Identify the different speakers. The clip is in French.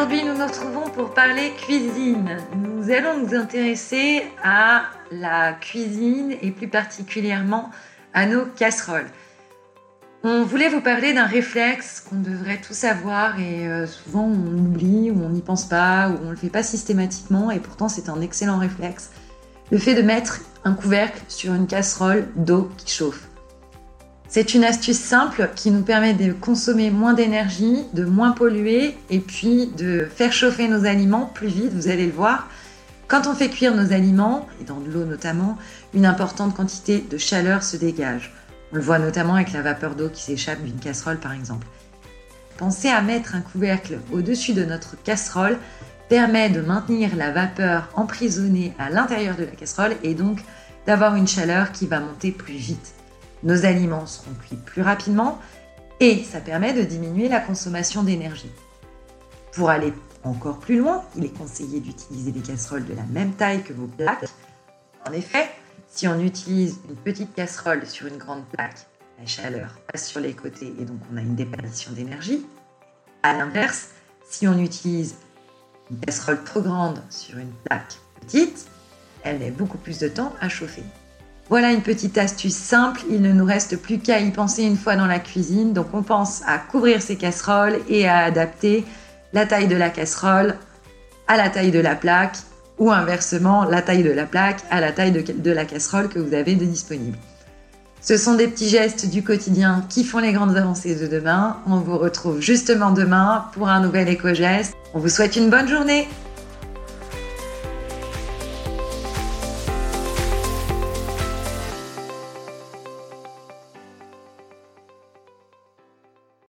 Speaker 1: Aujourd'hui, nous nous retrouvons pour parler cuisine. Nous allons nous intéresser à la cuisine et plus particulièrement à nos casseroles. On voulait vous parler d'un réflexe qu'on devrait tous avoir et souvent on oublie ou on n'y pense pas ou on ne le fait pas systématiquement et pourtant c'est un excellent réflexe. Le fait de mettre un couvercle sur une casserole d'eau qui chauffe. C'est une astuce simple qui nous permet de consommer moins d'énergie, de moins polluer et puis de faire chauffer nos aliments plus vite, vous allez le voir. Quand on fait cuire nos aliments, et dans de l'eau notamment, une importante quantité de chaleur se dégage. On le voit notamment avec la vapeur d'eau qui s'échappe d'une casserole par exemple. Penser à mettre un couvercle au-dessus de notre casserole permet de maintenir la vapeur emprisonnée à l'intérieur de la casserole et donc d'avoir une chaleur qui va monter plus vite. Nos aliments seront cuits plus rapidement et ça permet de diminuer la consommation d'énergie. Pour aller encore plus loin, il est conseillé d'utiliser des casseroles de la même taille que vos plaques. En effet, si on utilise une petite casserole sur une grande plaque, la chaleur passe sur les côtés et donc on a une déperdition d'énergie. À l'inverse, si on utilise une casserole trop grande sur une plaque petite, elle met beaucoup plus de temps à chauffer. Voilà une petite astuce simple, il ne nous reste plus qu'à y penser une fois dans la cuisine. Donc on pense à couvrir ces casseroles et à adapter la taille de la casserole à la taille de la plaque ou inversement la taille de la plaque à la taille de la casserole que vous avez de disponible. Ce sont des petits gestes du quotidien qui font les grandes avancées de demain. On vous retrouve justement demain pour un nouvel éco-geste. On vous souhaite une bonne journée.